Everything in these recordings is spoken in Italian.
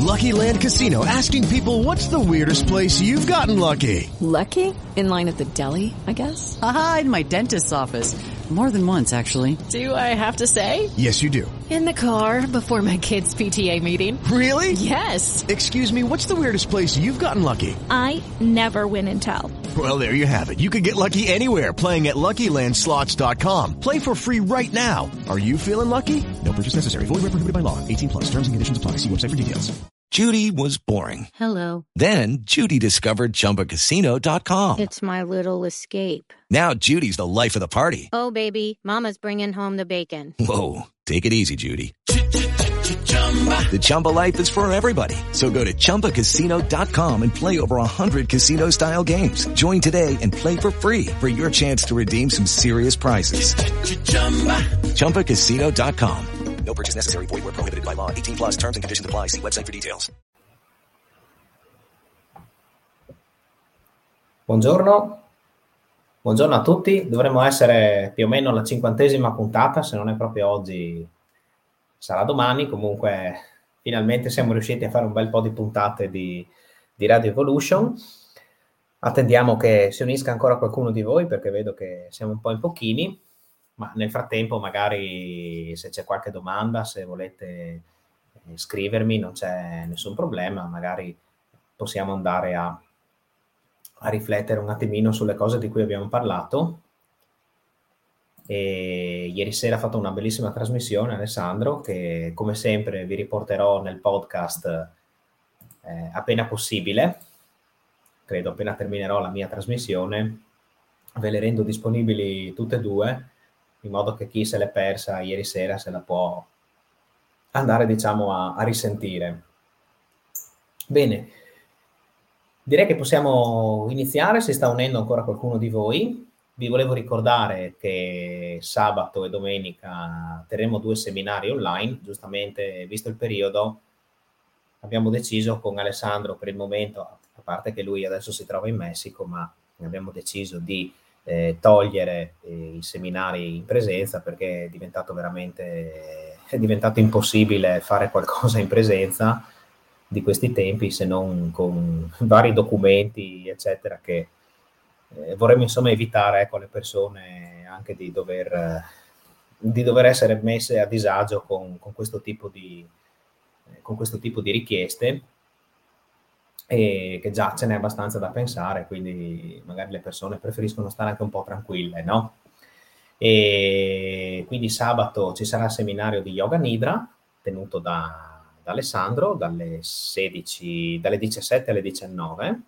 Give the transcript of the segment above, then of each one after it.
Lucky Land Casino, asking people, what's the weirdest place you've gotten lucky? Lucky? In line at the deli, I guess? Aha, in my dentist's office. More than once, actually. Do I have to say? Yes, you do. In the car before my kids' PTA meeting. Really? Yes. Excuse me, what's the weirdest place you've gotten lucky? I never win and tell. Well, there you have it. You can get lucky anywhere, playing at LuckyLandSlots.com. Play for free right now. Are you feeling lucky? No purchase necessary. Void where prohibited by law. 18 plus. Terms and conditions apply. See website for details. Judy was boring. Hello. Then Judy discovered ChumbaCasino.com. It's my little escape. Now Judy's the life of the party. Oh, baby, mama's bringing home the bacon. Whoa, take it easy, Judy. The Chumba life is for everybody. So go to ChumbaCasino.com and play over 100 casino-style games. Join today and play for free for your chance to redeem some serious prizes. ChumbaCasino.com. No purchase necessary. Void where prohibited by law. 18 plus terms and conditions apply. See website for details. Buongiorno a tutti. Dovremmo essere più o meno alla 50ª puntata, se non è proprio oggi sarà domani. Comunque finalmente siamo riusciti a fare un bel po' di puntate di Radio Evolution. Attendiamo che si unisca ancora qualcuno di voi, perché vedo che siamo un po' in pochini. Ma nel frattempo magari se c'è qualche domanda, se volete scrivermi, non c'è nessun problema, magari possiamo andare a riflettere un attimino sulle cose di cui abbiamo parlato. E ieri sera ha fatto una bellissima trasmissione Alessandro, che come sempre vi riporterò nel podcast appena possibile. Credo appena terminerò la mia trasmissione ve le rendo disponibili tutte e due, in modo che chi se l'è persa ieri sera se la può andare, diciamo, a risentire. Bene, direi che possiamo iniziare. Si sta unendo ancora qualcuno di voi. Vi volevo ricordare che sabato e domenica terremo 2 seminari online. Giustamente, visto il periodo, abbiamo deciso con Alessandro, per il momento, a parte che lui adesso si trova in Messico, ma abbiamo deciso di togliere i seminari in presenza, perché è diventato impossibile fare qualcosa in presenza di questi tempi, se non con vari documenti eccetera, che vorremmo insomma evitare, alle persone anche di dover essere messe a disagio con questo tipo di richieste, e che già ce n'è abbastanza da pensare, quindi magari le persone preferiscono stare anche un po' tranquille, no? E quindi sabato ci sarà il seminario di Yoga Nidra tenuto da Alessandro dalle 17 alle 19,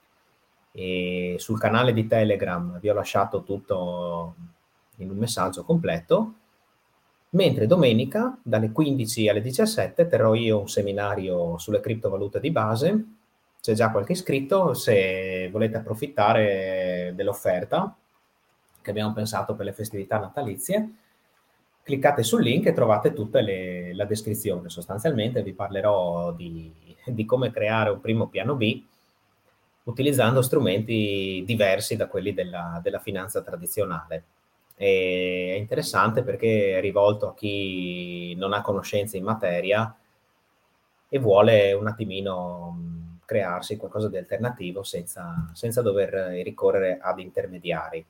e sul canale di Telegram vi ho lasciato tutto in un messaggio completo. Mentre domenica dalle 15 alle 17 terrò io un seminario sulle criptovalute di base. C'è già qualche iscritto. Se volete approfittare dell'offerta che abbiamo pensato per le festività natalizie, cliccate sul link e trovate tutta la descrizione. Sostanzialmente vi parlerò di come creare un primo piano B utilizzando strumenti diversi da quelli della finanza tradizionale. E è interessante perché è rivolto a chi non ha conoscenze in materia e vuole un attimino crearsi qualcosa di alternativo senza dover ricorrere ad intermediari,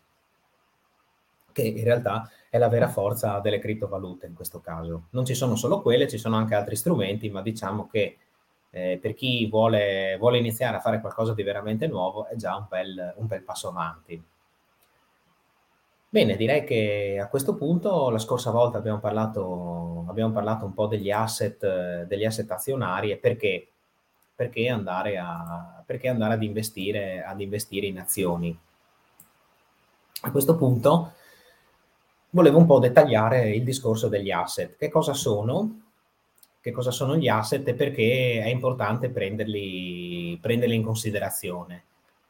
che in realtà è la vera forza delle criptovalute in questo caso. Non ci sono solo quelle, ci sono anche altri strumenti, ma diciamo che per chi vuole iniziare a fare qualcosa di veramente nuovo è già un bel passo avanti. Bene, direi che a questo punto, la scorsa volta abbiamo parlato un po' degli asset azionari e perché andare ad investire in azioni. A questo punto volevo un po' dettagliare il discorso degli asset. Che cosa sono gli asset e perché è importante prenderli in considerazione?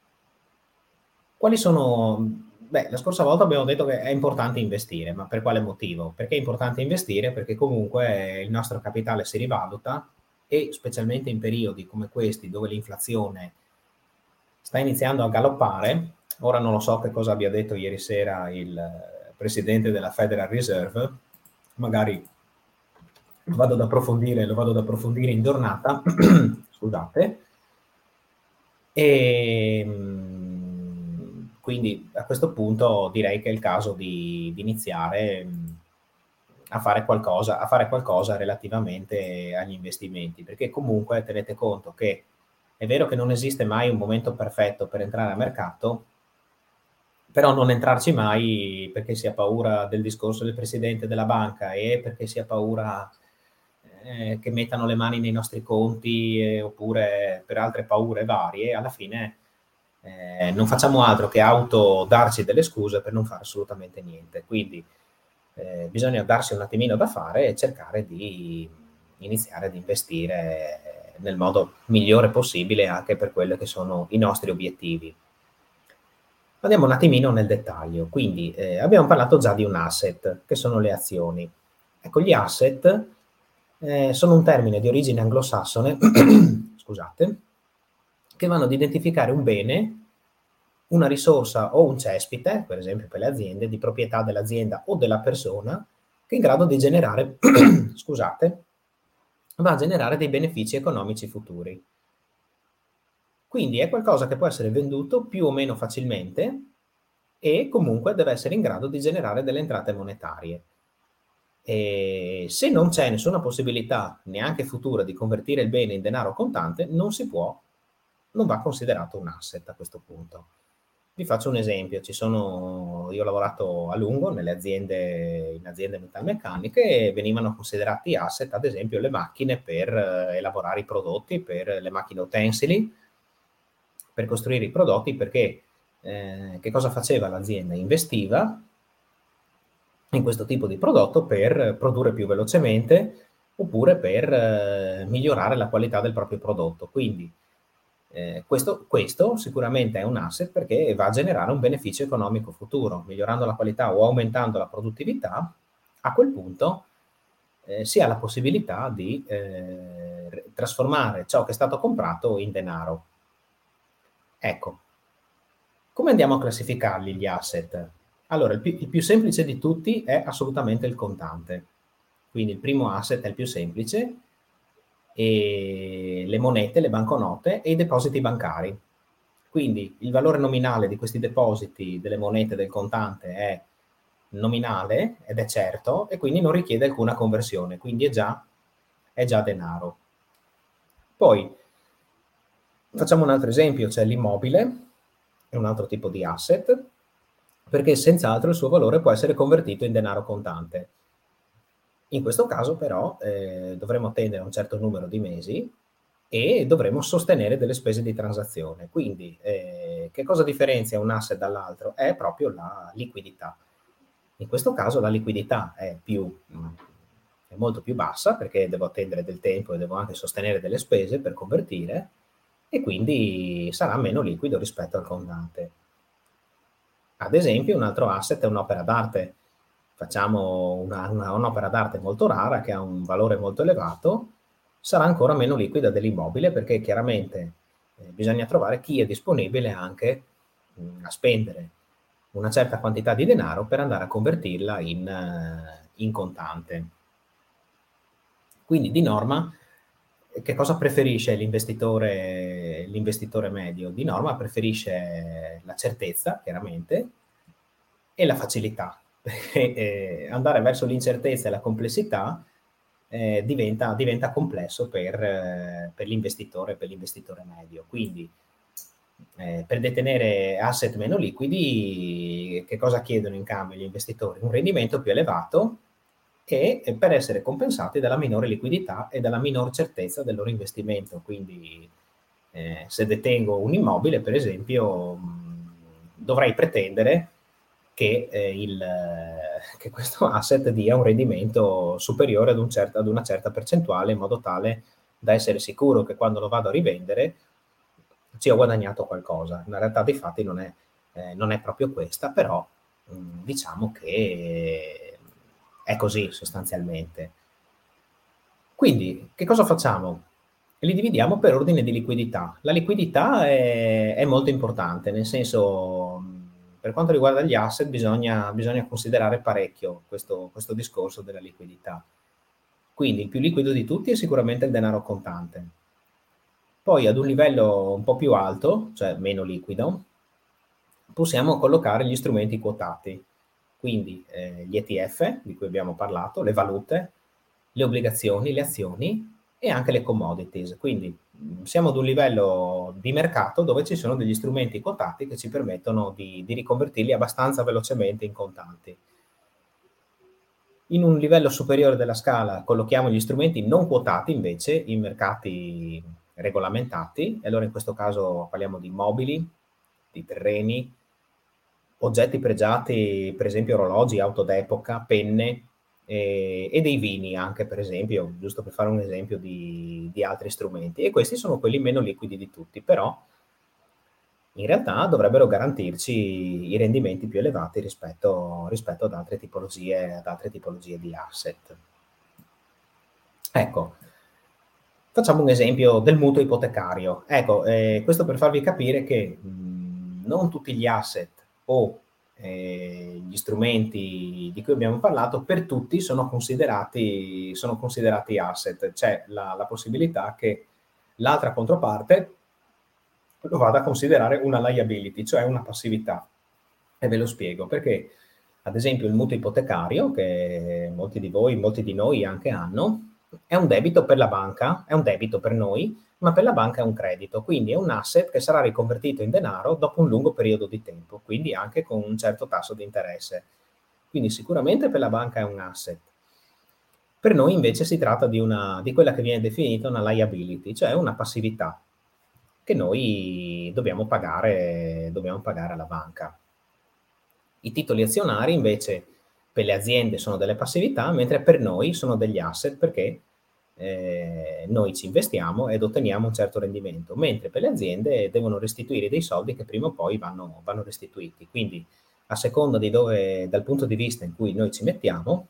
Quali sono? La scorsa volta abbiamo detto che è importante investire, ma per quale motivo? Perché è importante investire? Perché comunque il nostro capitale si rivaluta, e specialmente in periodi come questi dove l'inflazione sta iniziando a galoppare. Ora non lo so che cosa abbia detto ieri sera il presidente della Federal Reserve, magari lo vado ad approfondire in giornata, scusate, e quindi a questo punto direi che è il caso di iniziare a fare qualcosa relativamente agli investimenti, perché comunque tenete conto che è vero che non esiste mai un momento perfetto per entrare a mercato, però non entrarci mai perché si ha paura del discorso del presidente della banca e perché si ha paura che mettano le mani nei nostri conti oppure per altre paure varie, alla fine non facciamo altro che darci delle scuse per non fare assolutamente niente. Quindi bisogna darsi un attimino da fare e cercare di iniziare ad investire nel modo migliore possibile anche per quelli che sono i nostri obiettivi. Andiamo un attimino nel dettaglio. Quindi abbiamo parlato già di un asset, che sono le azioni. Ecco, gli asset sono un termine di origine anglosassone, scusate, che vanno ad identificare un bene, una risorsa o un cespite, per esempio per le aziende, di proprietà dell'azienda o della persona, che è in grado di generare, scusate, va a generare dei benefici economici futuri. Quindi è qualcosa che può essere venduto più o meno facilmente e comunque deve essere in grado di generare delle entrate monetarie. E se non c'è nessuna possibilità, neanche futura, di convertire il bene in denaro contante, non va considerato un asset a questo punto. Vi faccio un esempio. Io ho lavorato a lungo in aziende metalmeccaniche e venivano considerati asset, ad esempio, le macchine per elaborare i prodotti, per le macchine utensili, per costruire i prodotti, perché che cosa faceva l'azienda? Investiva in questo tipo di prodotto per produrre più velocemente oppure per migliorare la qualità del proprio prodotto. Quindi questo sicuramente è un asset perché va a generare un beneficio economico futuro, migliorando la qualità o aumentando la produttività. A quel punto si ha la possibilità di trasformare ciò che è stato comprato in denaro. Ecco, come andiamo a classificarli gli asset? Allora, il più semplice di tutti è assolutamente il contante. Quindi il primo asset è il più semplice, e le monete, le banconote e i depositi bancari. Quindi il valore nominale di questi depositi, delle monete, del contante è nominale ed è certo e quindi non richiede alcuna conversione, quindi è già denaro. Poi facciamo un altro esempio, c'è l'immobile, è un altro tipo di asset, perché senz'altro il suo valore può essere convertito in denaro contante. In questo caso però dovremo attendere un certo numero di mesi e dovremo sostenere delle spese di transazione. Quindi che cosa differenzia un asset dall'altro? È proprio la liquidità. In questo caso la liquidità è molto più bassa perché devo attendere del tempo e devo anche sostenere delle spese per convertire e quindi sarà meno liquido rispetto al contante. Ad esempio un altro asset è un'opera d'arte. Facciamo un'opera d'arte molto rara che ha un valore molto elevato, sarà ancora meno liquida dell'immobile perché chiaramente bisogna trovare chi è disponibile anche a spendere una certa quantità di denaro per andare a convertirla in contante. Quindi di norma che cosa preferisce l'investitore medio? Di norma preferisce la certezza, chiaramente, e la facilità. Perché andare verso l'incertezza e la complessità diventa complesso per l'investitore medio. Quindi per detenere asset meno liquidi, che cosa chiedono in cambio gli investitori? Un rendimento più elevato e per essere compensati dalla minore liquidità e dalla minor certezza del loro investimento. Quindi se detengo un immobile, per esempio, dovrei pretendere che questo asset dia un rendimento superiore ad una certa percentuale, in modo tale da essere sicuro che quando lo vado a rivendere ci ho guadagnato qualcosa. La realtà dei fatti non è proprio questa, però diciamo che è così sostanzialmente. Quindi che cosa facciamo? Li dividiamo per ordine di liquidità. La liquidità è molto importante, nel senso, per quanto riguarda gli asset bisogna considerare parecchio questo discorso della liquidità. Quindi il più liquido di tutti è sicuramente il denaro contante. Poi ad un livello un po' più alto, cioè meno liquido, possiamo collocare gli strumenti quotati, quindi gli ETF di cui abbiamo parlato, le valute, le obbligazioni, le azioni e anche le commodities. Quindi siamo ad un livello di mercato dove ci sono degli strumenti quotati che ci permettono di riconvertirli abbastanza velocemente in contanti. In un livello superiore della scala collochiamo gli strumenti non quotati invece in mercati regolamentati, e allora in questo caso parliamo di immobili, di terreni, oggetti pregiati, per esempio orologi, auto d'epoca, penne e dei vini anche, per esempio, giusto per fare un esempio di altri strumenti. E questi sono quelli meno liquidi di tutti, però in realtà dovrebbero garantirci i rendimenti più elevati rispetto ad altre tipologie di asset. Ecco, facciamo un esempio del mutuo ipotecario. Ecco, questo per farvi capire che non tutti gli asset o gli strumenti di cui abbiamo parlato per tutti sono considerati asset. C'è la possibilità che l'altra controparte lo vada a considerare una liability, cioè una passività. E ve lo spiego perché, ad esempio, il mutuo ipotecario, che molti di noi anche hanno, è un debito per la banca, è un debito per noi, ma per la banca è un credito, quindi è un asset che sarà riconvertito in denaro dopo un lungo periodo di tempo, quindi anche con un certo tasso di interesse. Quindi sicuramente per la banca è un asset. Per noi invece si tratta di quella che viene definita una liability, cioè una passività che noi dobbiamo pagare alla banca. I titoli azionari invece per le aziende sono delle passività, mentre per noi sono degli asset perché noi ci investiamo ed otteniamo un certo rendimento, mentre per le aziende devono restituire dei soldi che prima o poi vanno restituiti. Quindi a seconda di dove, dal punto di vista in cui noi ci mettiamo,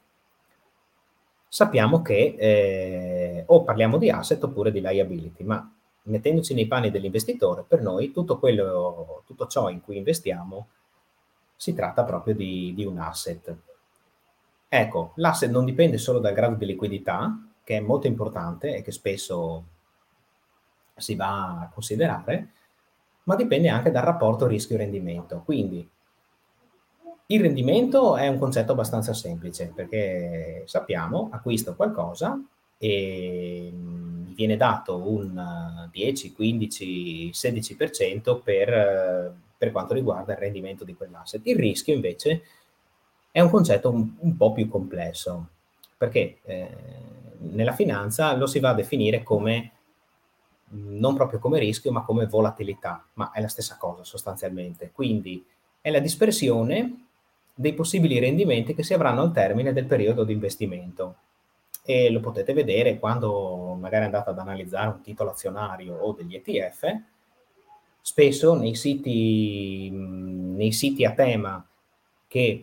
sappiamo che o parliamo di asset oppure di liability, ma mettendoci nei panni dell'investitore, per noi tutto ciò in cui investiamo si tratta proprio di un asset. Ecco, l'asset non dipende solo dal grado di liquidità, che è molto importante e che spesso si va a considerare, ma dipende anche dal rapporto rischio-rendimento. Quindi il rendimento è un concetto abbastanza semplice, perché sappiamo, acquisto qualcosa e mi viene dato un 10, 15, 16% per quanto riguarda il rendimento di quell'asset. Il rischio invece è un concetto un po' più complesso, perché nella finanza lo si va a definire come, non proprio come rischio, ma come volatilità, ma è la stessa cosa sostanzialmente. Quindi è la dispersione dei possibili rendimenti che si avranno al termine del periodo di investimento. E lo potete vedere quando magari andate ad analizzare un titolo azionario o degli ETF, spesso nei siti a tema che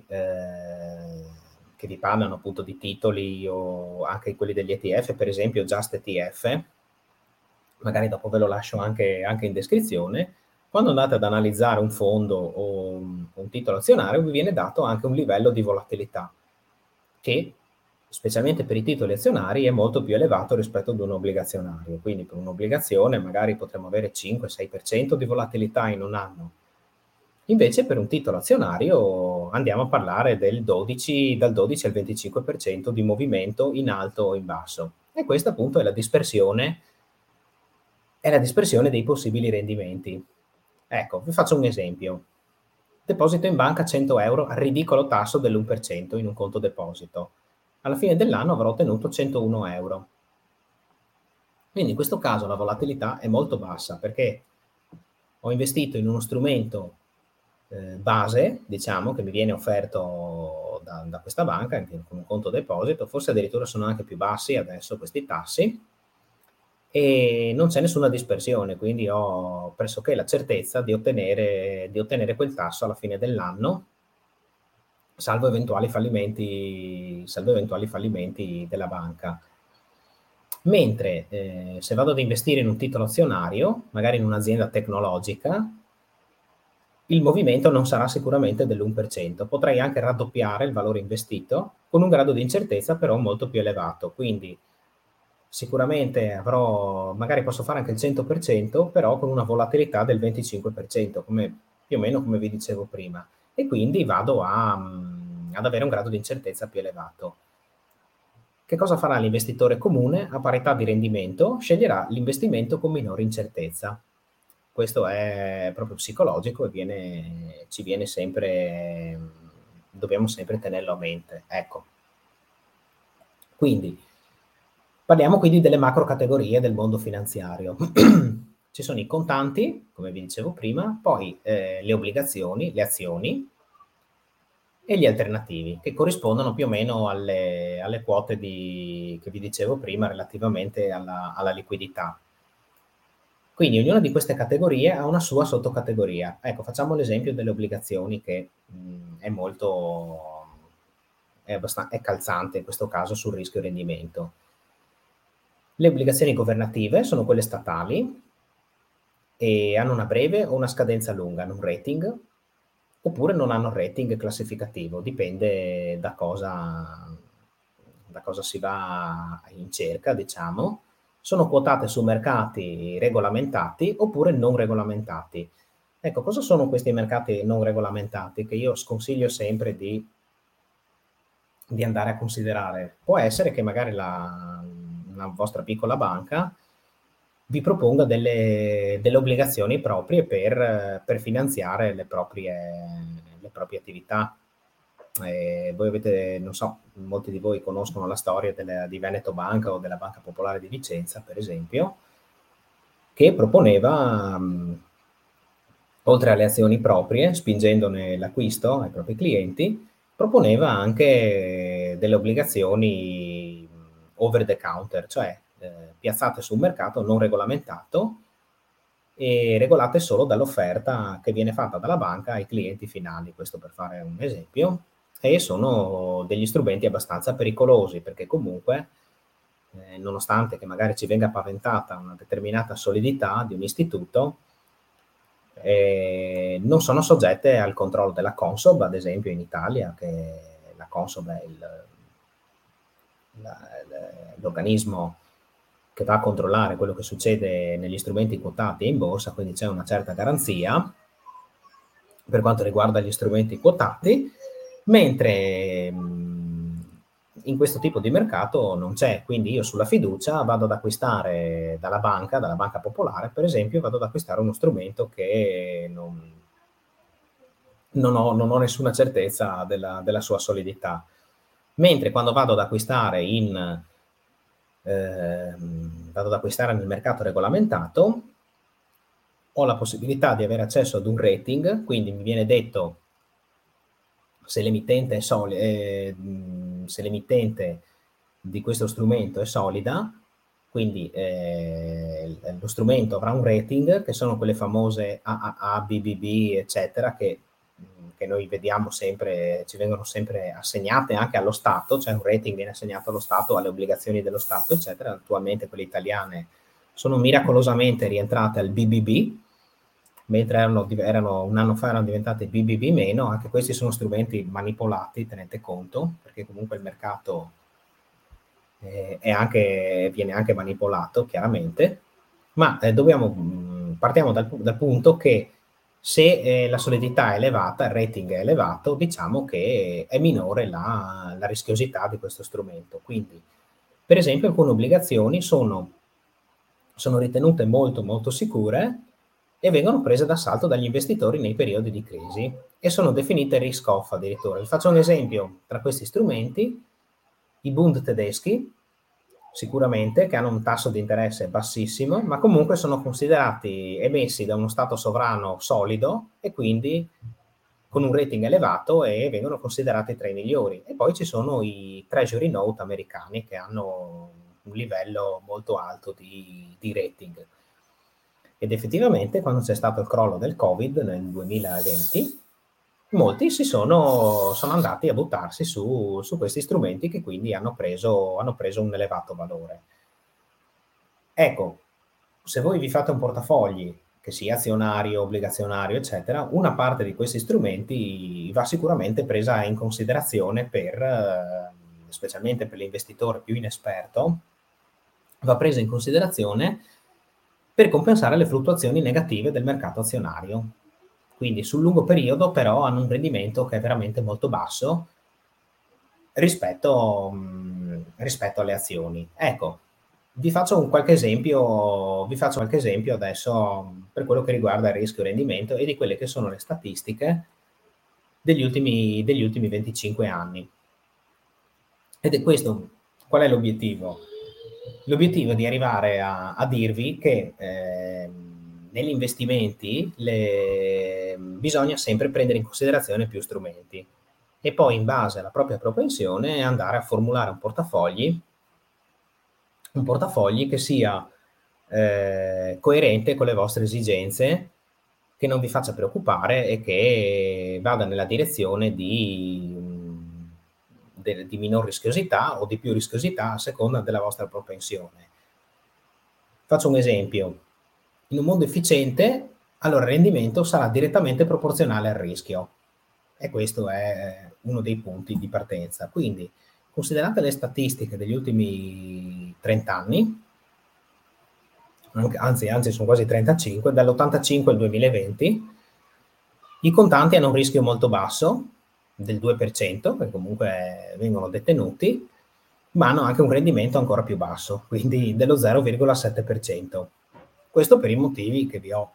vi parlano appunto di titoli o anche quelli degli ETF, per esempio Just ETF, magari dopo ve lo lascio anche in descrizione. Quando andate ad analizzare un fondo o un titolo azionario vi viene dato anche un livello di volatilità che, specialmente per i titoli azionari, è molto più elevato rispetto ad un obbligazionario. Quindi per un'obbligazione magari potremmo avere 5-6% di volatilità in un anno. Invece per un titolo azionario andiamo a parlare dal 12 al 25% di movimento in alto o in basso. E questa appunto è la dispersione dei possibili rendimenti. Ecco, vi faccio un esempio. Deposito in banca 100 euro al ridicolo tasso dell'1% in un conto deposito. Alla fine dell'anno avrò ottenuto 101 euro. Quindi in questo caso la volatilità è molto bassa perché ho investito in uno strumento base, diciamo, che mi viene offerto da questa banca, con un conto deposito, forse addirittura sono anche più bassi adesso questi tassi, e non c'è nessuna dispersione, quindi ho pressoché la certezza di ottenere quel tasso alla fine dell'anno, salvo eventuali fallimenti della banca. Mentre se vado ad investire in un titolo azionario, magari in un'azienda tecnologica, il movimento non sarà sicuramente dell'1%, potrei anche raddoppiare il valore investito con un grado di incertezza però molto più elevato, quindi sicuramente magari posso fare anche il 100%, però con una volatilità del 25%, più o meno come vi dicevo prima, e quindi vado ad avere un grado di incertezza più elevato. Che cosa farà l'investitore comune? A parità di rendimento sceglierà l'investimento con minore incertezza. Questo è proprio psicologico e ci viene sempre, dobbiamo sempre tenerlo a mente. Ecco. Quindi, parliamo quindi delle macro categorie del mondo finanziario. Ci sono i contanti, come vi dicevo prima, poi le obbligazioni, le azioni e gli alternativi, che corrispondono più o meno alle quote che vi dicevo prima relativamente alla liquidità. Quindi ognuna di queste categorie ha una sua sottocategoria. Ecco, facciamo l'esempio delle obbligazioni, che è calzante in questo caso sul rischio rendimento. Le obbligazioni governative sono quelle statali e hanno una breve o una scadenza lunga, hanno un rating, oppure non hanno rating classificativo, dipende da cosa si va in cerca, diciamo. Sono quotate su mercati regolamentati oppure non regolamentati. Ecco, cosa sono questi mercati non regolamentati che io sconsiglio sempre di andare a considerare? Può essere che magari una vostra piccola banca vi proponga delle obbligazioni proprie per finanziare le proprie attività. Voi avete, non so, molti di voi conoscono la storia di Veneto Banca o della Banca Popolare di Vicenza, per esempio, che proponeva, oltre alle azioni proprie, spingendone l'acquisto ai propri clienti, proponeva anche delle obbligazioni over the counter, cioè piazzate sul mercato non regolamentato e regolate solo dall'offerta che viene fatta dalla banca ai clienti finali, questo per fare un esempio. E sono degli strumenti abbastanza pericolosi, perché comunque, nonostante che magari ci venga paventata una determinata solidità di un istituto, non sono soggette al controllo della Consob, ad esempio in Italia, che la Consob è l'organismo che va a controllare quello che succede negli strumenti quotati in borsa, quindi c'è una certa garanzia per quanto riguarda gli strumenti quotati, mentre in questo tipo di mercato non c'è. Quindi io sulla fiducia vado ad acquistare dalla banca popolare, per esempio, vado ad acquistare uno strumento che non ho nessuna certezza della sua solidità. Mentre quando vado ad acquistare nel mercato regolamentato, ho la possibilità di avere accesso ad un rating, quindi mi viene detto se l'emittente di questo strumento è solida, quindi lo strumento avrà un rating, che sono quelle famose AAA, BBB, eccetera, che noi vediamo sempre, ci vengono sempre assegnate anche allo Stato, cioè un rating viene assegnato allo Stato, alle obbligazioni dello Stato, eccetera. Attualmente quelle italiane sono miracolosamente rientrate al BBB, mentre erano un anno fa erano diventate BBB meno. Anche questi sono strumenti manipolati, tenete conto, perché comunque il mercato viene anche manipolato, chiaramente, ma partiamo dal punto che se la solidità è elevata, il rating è elevato, diciamo che è minore la rischiosità di questo strumento. Quindi, per esempio, alcune obbligazioni sono ritenute molto molto sicure e vengono prese d'assalto dagli investitori nei periodi di crisi e sono definite risk-off addirittura. Vi faccio un esempio tra questi strumenti: i Bund tedeschi, sicuramente, che hanno un tasso di interesse bassissimo, ma comunque sono considerati emessi da uno Stato sovrano solido e quindi con un rating elevato, e vengono considerati tra i migliori. E poi ci sono i Treasury Note americani, che hanno un livello molto alto di rating. Ed effettivamente, quando c'è stato il crollo del Covid nel 2020, molti sono andati a buttarsi su questi strumenti, che quindi hanno preso un elevato valore. Ecco, se voi vi fate un portafogli, che sia azionario, obbligazionario, eccetera, una parte di questi strumenti va sicuramente presa in considerazione specialmente per l'investitore più inesperto, va presa in considerazione per compensare le fluttuazioni negative del mercato azionario. Quindi sul lungo periodo però hanno un rendimento che è veramente molto basso rispetto alle azioni. Ecco, vi faccio qualche esempio adesso per quello che riguarda il rischio rendimento e di quelle che sono le statistiche degli ultimi 25 anni. Ed è questo, qual è l'obiettivo? L'obiettivo è di arrivare a dirvi che negli investimenti bisogna sempre prendere in considerazione più strumenti e poi in base alla propria propensione andare a formulare un portafogli che sia coerente con le vostre esigenze, che non vi faccia preoccupare e che vada nella direzione di minor rischiosità o di più rischiosità a seconda della vostra propensione. Faccio un esempio. In un mondo efficiente, allora il rendimento sarà direttamente proporzionale al rischio e questo è uno dei punti di partenza. Quindi, considerate le statistiche degli ultimi 30 anni, anzi sono quasi 35, dall'85 al 2020, i contanti hanno un rischio molto basso, del 2%, che comunque vengono detenuti, ma hanno anche un rendimento ancora più basso, quindi dello 0,7%. Questo per i motivi che vi ho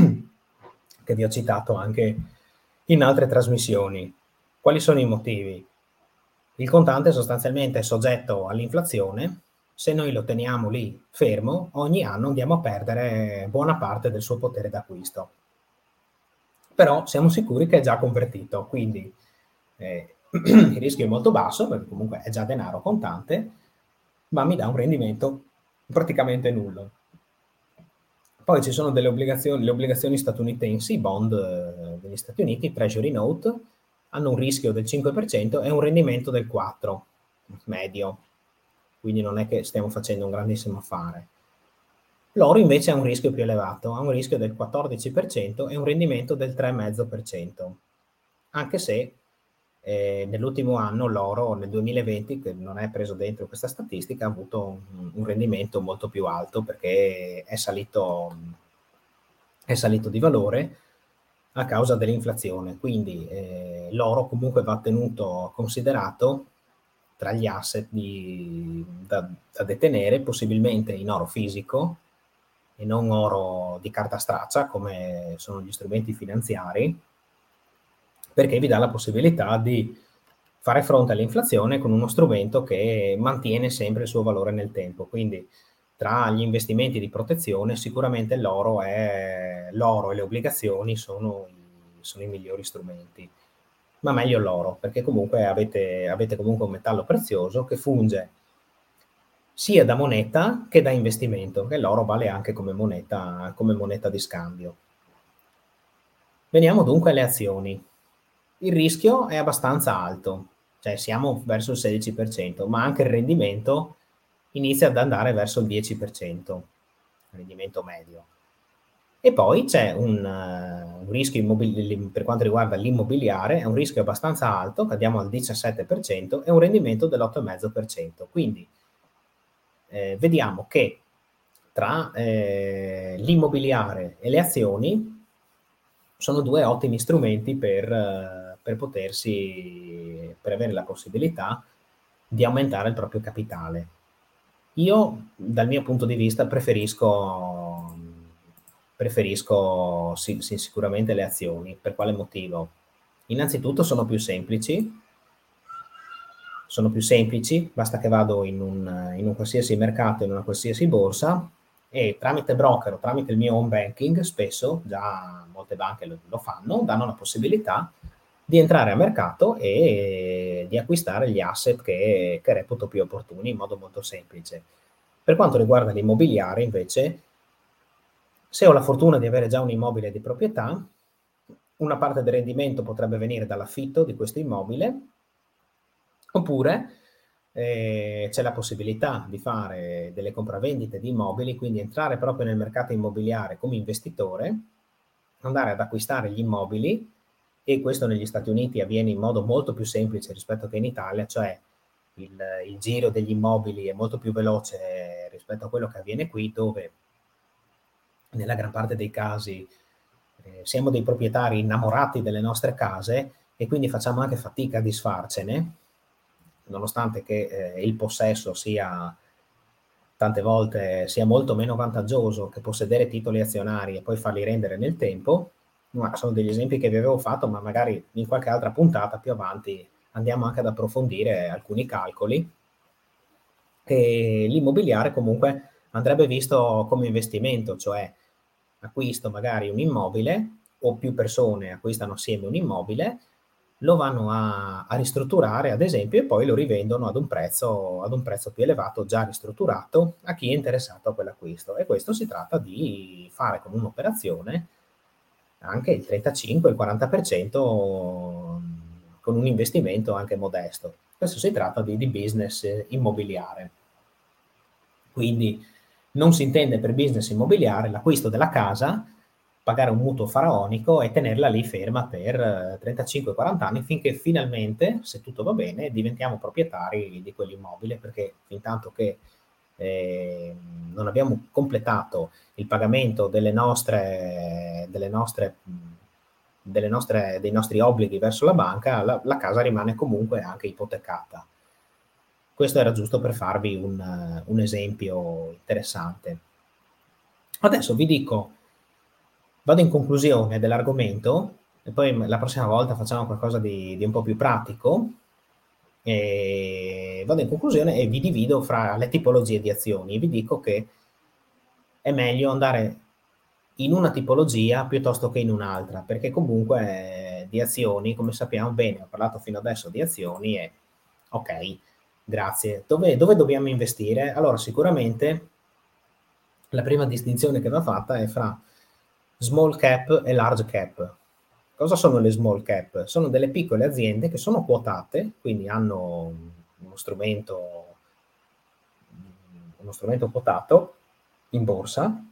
citato anche in altre trasmissioni. Quali sono i motivi? Il contante sostanzialmente è soggetto all'inflazione. Se noi lo teniamo lì fermo, ogni anno andiamo a perdere buona parte del suo potere d'acquisto. Però siamo sicuri che è già convertito, quindi il rischio è molto basso, perché comunque è già denaro contante, ma mi dà un rendimento praticamente nullo. Poi ci sono le obbligazioni statunitensi, i bond degli Stati Uniti, Treasury Note, hanno un rischio del 5% e un rendimento del 4%, medio. Quindi non è che stiamo facendo un grandissimo affare. L'oro invece ha un rischio più elevato, ha un rischio del 14% e un rendimento del 3,5%, anche se nell'ultimo anno l'oro, nel 2020, che non è preso dentro questa statistica, ha avuto un rendimento molto più alto perché è salito di valore a causa dell'inflazione. Quindi l'oro comunque va tenuto considerato tra gli asset da detenere, possibilmente in oro fisico e non oro di carta straccia come sono gli strumenti finanziari, perché vi dà la possibilità di fare fronte all'inflazione con uno strumento che mantiene sempre il suo valore nel tempo. Quindi tra gli investimenti di protezione sicuramente l'oro e le obbligazioni sono i migliori strumenti, ma meglio l'oro, perché comunque avete comunque un metallo prezioso che funge sia da moneta che da investimento, che l'oro vale anche come moneta di scambio. Veniamo dunque alle azioni. Il rischio è abbastanza alto, cioè siamo verso il 16%, ma anche il rendimento inizia ad andare verso il 10%, il rendimento medio. E poi c'è un rischio per quanto riguarda l'immobiliare, è un rischio abbastanza alto, cadiamo al 17% e un rendimento dell'8,5%. Quindi vediamo che tra l'immobiliare e le azioni sono due ottimi strumenti per avere la possibilità di aumentare il proprio capitale. Io, dal mio punto di vista, preferisco sicuramente le azioni. Per quale motivo? Innanzitutto sono più semplici, basta che vado in un qualsiasi mercato, in una qualsiasi borsa, e tramite broker o tramite il mio home banking, spesso, già molte banche lo fanno, danno la possibilità di entrare a mercato e di acquistare gli asset che reputo più opportuni in modo molto semplice. Per quanto riguarda l'immobiliare, invece, se ho la fortuna di avere già un immobile di proprietà, una parte del rendimento potrebbe venire dall'affitto di questo immobile, oppure c'è la possibilità di fare delle compravendite di immobili, quindi entrare proprio nel mercato immobiliare come investitore, andare ad acquistare gli immobili, e questo negli Stati Uniti avviene in modo molto più semplice rispetto che in Italia, cioè il giro degli immobili è molto più veloce rispetto a quello che avviene qui, dove nella gran parte dei casi siamo dei proprietari innamorati delle nostre case e quindi facciamo anche fatica a disfarcene, nonostante che il possesso sia tante volte sia molto meno vantaggioso che possedere titoli azionari e poi farli rendere nel tempo. Ma sono degli esempi che vi avevo fatto, ma magari in qualche altra puntata più avanti andiamo anche ad approfondire alcuni calcoli. E l'immobiliare comunque andrebbe visto come investimento, cioè acquisto magari un immobile o più persone acquistano assieme un immobile, lo vanno a ristrutturare ad esempio e poi lo rivendono ad un prezzo più elevato già ristrutturato a chi è interessato a quell'acquisto, e questo si tratta di fare con un'operazione anche il 35, il 40% con un investimento anche modesto. Questo si tratta di business immobiliare. Quindi non si intende per business immobiliare l'acquisto della casa, pagare un mutuo faraonico e tenerla lì ferma per 35-40 anni finché finalmente, se tutto va bene, diventiamo proprietari di quell'immobile, perché fintanto che non abbiamo completato il pagamento dei nostri obblighi verso la banca, la casa rimane comunque anche ipotecata. Questo era giusto per farvi un esempio interessante. Adesso vi dico, vado in conclusione dell'argomento e poi la prossima volta facciamo qualcosa di un po' più pratico. E vado in conclusione e vi divido fra le tipologie di azioni. Vi dico che è meglio andare in una tipologia piuttosto che in un'altra, perché comunque di azioni, come sappiamo bene, ho parlato fino adesso di azioni e ok, grazie. Dove dobbiamo investire? Allora, sicuramente la prima distinzione che va fatta è fra small cap e large cap. Cosa sono le small cap? Sono delle piccole aziende che sono quotate, quindi hanno uno strumento quotato in borsa,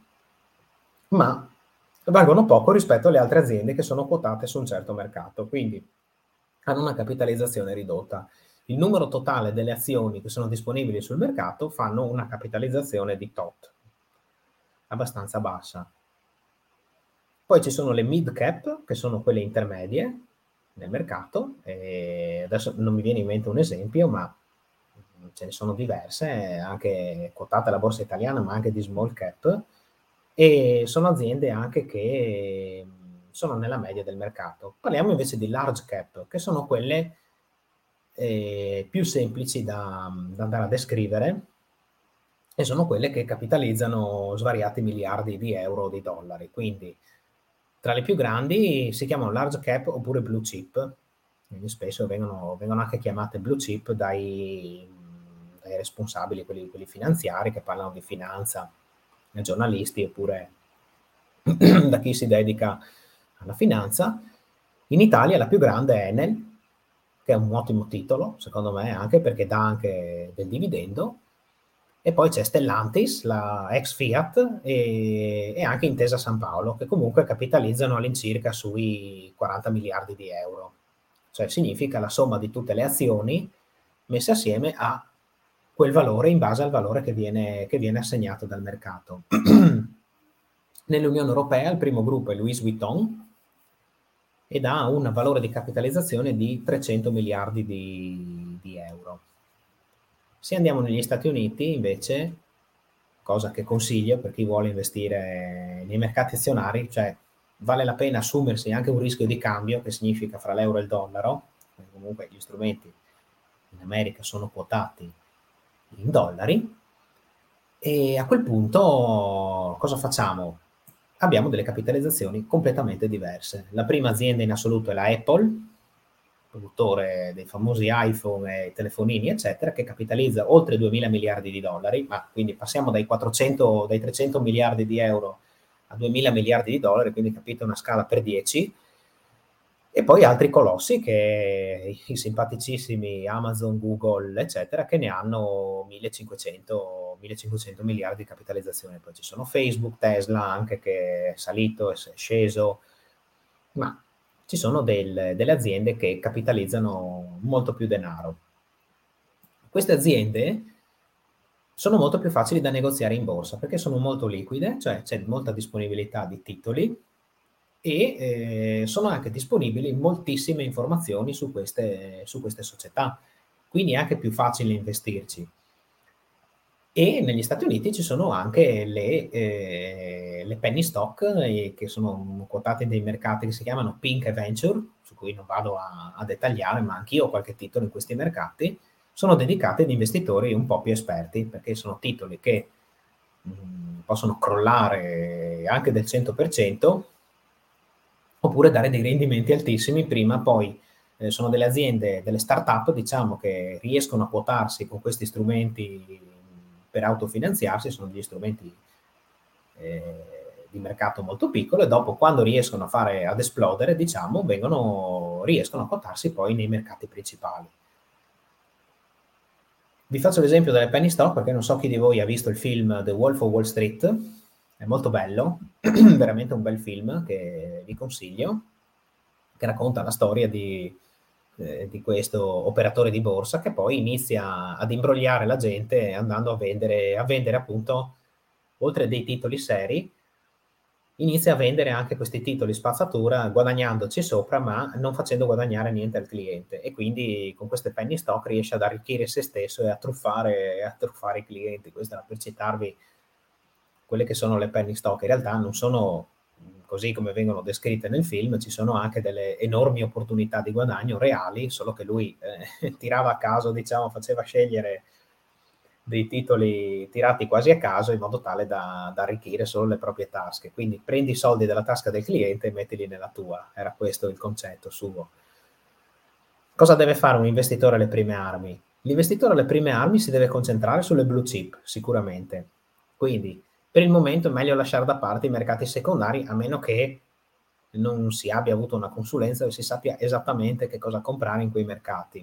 ma valgono poco rispetto alle altre aziende che sono quotate su un certo mercato, quindi hanno una capitalizzazione ridotta. Il numero totale delle azioni che sono disponibili sul mercato fanno una capitalizzazione di tot, abbastanza bassa. Poi ci sono le mid cap, che sono quelle intermedie nel mercato, e adesso non mi viene in mente un esempio, ma ce ne sono diverse, anche quotate alla borsa italiana, ma anche di small cap, e sono aziende anche che sono nella media del mercato. Parliamo invece di large cap, che sono quelle più semplici da andare a descrivere, e sono quelle che capitalizzano svariati miliardi di euro o di dollari. Quindi tra le più grandi si chiamano large cap oppure blue chip, quindi spesso vengono anche chiamate blue chip dai responsabili, quelli finanziari, che parlano di finanza, giornalisti, oppure da chi si dedica alla finanza. In Italia la più grande è Enel, che è un ottimo titolo, secondo me, anche perché dà anche del dividendo. E poi c'è Stellantis, la ex Fiat, e anche Intesa San Paolo, che comunque capitalizzano all'incirca sui 40 miliardi di euro. Cioè significa la somma di tutte le azioni messe assieme a quel valore in base al valore che viene assegnato dal mercato. Nell'Unione Europea il primo gruppo è Louis Vuitton ed ha un valore di capitalizzazione di 300 miliardi di euro. Se andiamo negli Stati Uniti, invece, cosa che consiglio per chi vuole investire nei mercati azionari, cioè vale la pena assumersi anche un rischio di cambio, che significa fra l'euro e il dollaro, perché comunque gli strumenti in America sono quotati in dollari, e a quel punto cosa facciamo? Abbiamo delle capitalizzazioni completamente diverse. La prima azienda in assoluto è la Apple, produttore dei famosi iPhone e telefonini, eccetera, che capitalizza oltre 2.000 miliardi di dollari, ma quindi passiamo dai 300 miliardi di euro a 2.000 miliardi di dollari, quindi capite una scala per 10. E poi altri colossi, che i simpaticissimi Amazon, Google, eccetera, che ne hanno 1.500 miliardi di capitalizzazione. Poi ci sono Facebook, Tesla, anche che è salito e è sceso, ma ci sono delle aziende che capitalizzano molto più denaro. Queste aziende sono molto più facili da negoziare in borsa perché sono molto liquide, cioè c'è molta disponibilità di titoli e sono anche disponibili moltissime informazioni su queste società, quindi è anche più facile investirci. E negli Stati Uniti ci sono anche le penny stock che sono quotate in dei mercati che si chiamano Pink Venture, su cui non vado a dettagliare, ma anch'io ho qualche titolo in questi mercati, sono dedicati ad investitori un po' più esperti, perché sono titoli che possono crollare anche del 100%, oppure dare dei rendimenti altissimi prima, poi sono delle aziende, delle start-up, diciamo, che riescono a quotarsi con questi strumenti per autofinanziarsi, sono degli strumenti di mercato molto piccolo, e dopo, quando riescono ad esplodere, diciamo, riescono a quotarsi poi nei mercati principali. Vi faccio l'esempio delle penny stock perché non so chi di voi ha visto il film The Wolf of Wall Street, è molto bello, veramente un bel film che vi consiglio, che racconta la storia di questo operatore di borsa che poi inizia ad imbrogliare la gente andando a vendere appunto, oltre dei titoli seri, inizia a vendere anche questi titoli spazzatura, guadagnandoci sopra, ma non facendo guadagnare niente al cliente. E quindi con queste penny stock riesce ad arricchire se stesso e a truffare i clienti. Questo era per citarvi quelle che sono le penny stock. In realtà non sono così come vengono descritte nel film, ci sono anche delle enormi opportunità di guadagno reali, solo che lui tirava a caso, diciamo, faceva scegliere dei titoli tirati quasi a caso in modo tale da arricchire solo le proprie tasche. Quindi prendi i soldi dalla tasca del cliente e mettili nella tua. Era questo il concetto suo. Cosa deve fare un investitore alle prime armi? L'investitore alle prime armi si deve concentrare sulle blue chip, sicuramente. Quindi per il momento è meglio lasciare da parte i mercati secondari, a meno che non si abbia avuto una consulenza e si sappia esattamente che cosa comprare in quei mercati.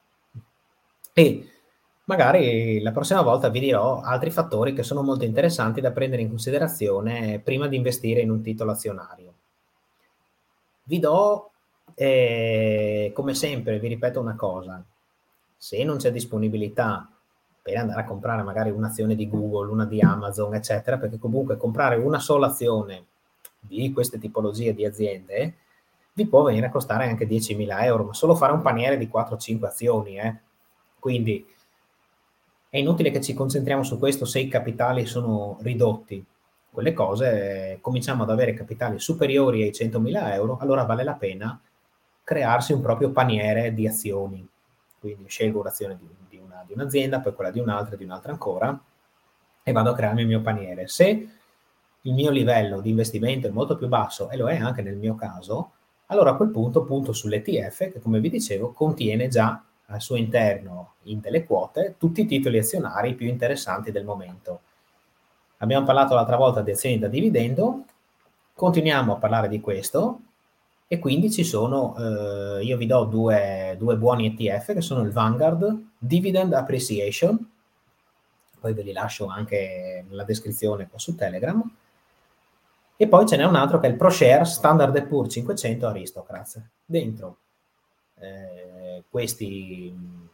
E magari la prossima volta vi dirò altri fattori che sono molto interessanti da prendere in considerazione prima di investire in un titolo azionario. Vi do, come sempre, vi ripeto una cosa: se non c'è disponibilità per andare a comprare magari un'azione di Google, una di Amazon, eccetera, perché comunque comprare una sola azione di queste tipologie di aziende vi può venire a costare anche 10.000 euro, ma solo fare un paniere di 4-5 azioni. Quindi è inutile che ci concentriamo su questo se i capitali sono ridotti. Quelle cose, cominciamo ad avere capitali superiori ai 100.000 euro, allora vale la pena crearsi un proprio paniere di azioni. Quindi scelgo un'azione di un'azienda, poi quella di un'altra ancora, e vado a crearmi il mio paniere. Se il mio livello di investimento è molto più basso, e lo è anche nel mio caso, allora a quel punto punto sull'ETF che, come vi dicevo, contiene già al suo interno, in delle quote, tutti i titoli azionari più interessanti del momento. Abbiamo parlato l'altra volta di azioni da dividendo, continuiamo a parlare di questo, e quindi ci sono, io vi do due buoni ETF che sono il Vanguard Dividend Appreciation, poi ve li lascio anche nella descrizione qua su Telegram, e poi ce n'è un altro che è il ProShare Standard & Poor's 500 Aristocrats. Dentro questi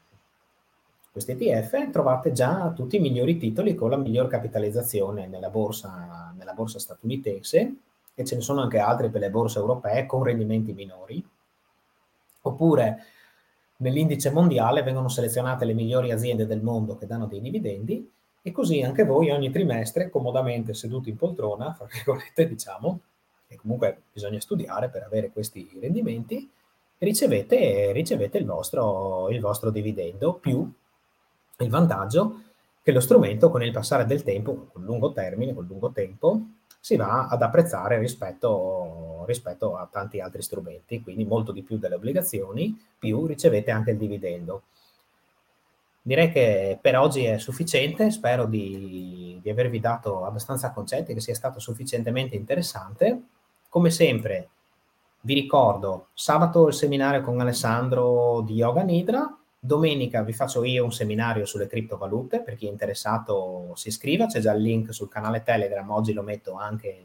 ETF trovate già tutti i migliori titoli con la miglior capitalizzazione nella borsa statunitense, e ce ne sono anche altri per le borse europee con rendimenti minori. Oppure nell'indice mondiale vengono selezionate le migliori aziende del mondo che danno dei dividendi, e così anche voi ogni trimestre, comodamente seduti in poltrona, fra virgolette, diciamo, e comunque bisogna studiare per avere questi rendimenti, ricevete il vostro dividendo, più il vantaggio che lo strumento, con il passare del tempo, col lungo tempo, si va ad apprezzare rispetto a tanti altri strumenti, quindi molto di più delle obbligazioni, più ricevete anche il dividendo. Direi che per oggi è sufficiente, spero di avervi dato abbastanza concetti, che sia stato sufficientemente interessante. Come sempre vi ricordo, sabato il seminario con Alessandro di Yoga Nidra, domenica vi faccio io un seminario sulle criptovalute, per chi è interessato si iscriva, c'è già il link sul canale Telegram, oggi lo metto anche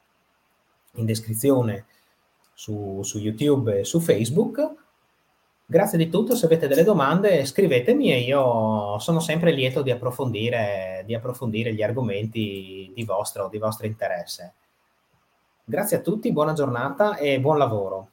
in descrizione su YouTube e su Facebook. Grazie di tutto, se avete delle domande scrivetemi e io sono sempre lieto di approfondire gli argomenti di vostro interesse. Grazie a tutti, buona giornata e buon lavoro.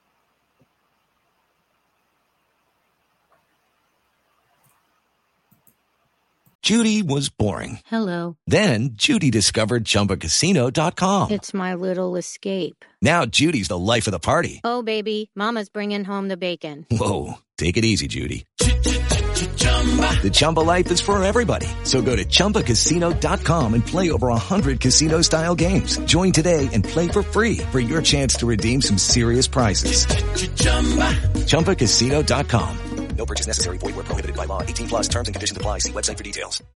Judy was boring. Hello. Then Judy discovered ChumbaCasino.com. It's my little escape. Now Judy's the life of the party. Oh, baby, mama's bringing home the bacon. Whoa, take it easy, Judy. The Chumba life is for everybody. So go to ChumbaCasino.com and play over 100 casino-style games. Join today and play for free for your chance to redeem some serious prizes. ChumbaCasino.com. No purchase necessary. Void where prohibited by law. 18+ terms and conditions apply. See website for details.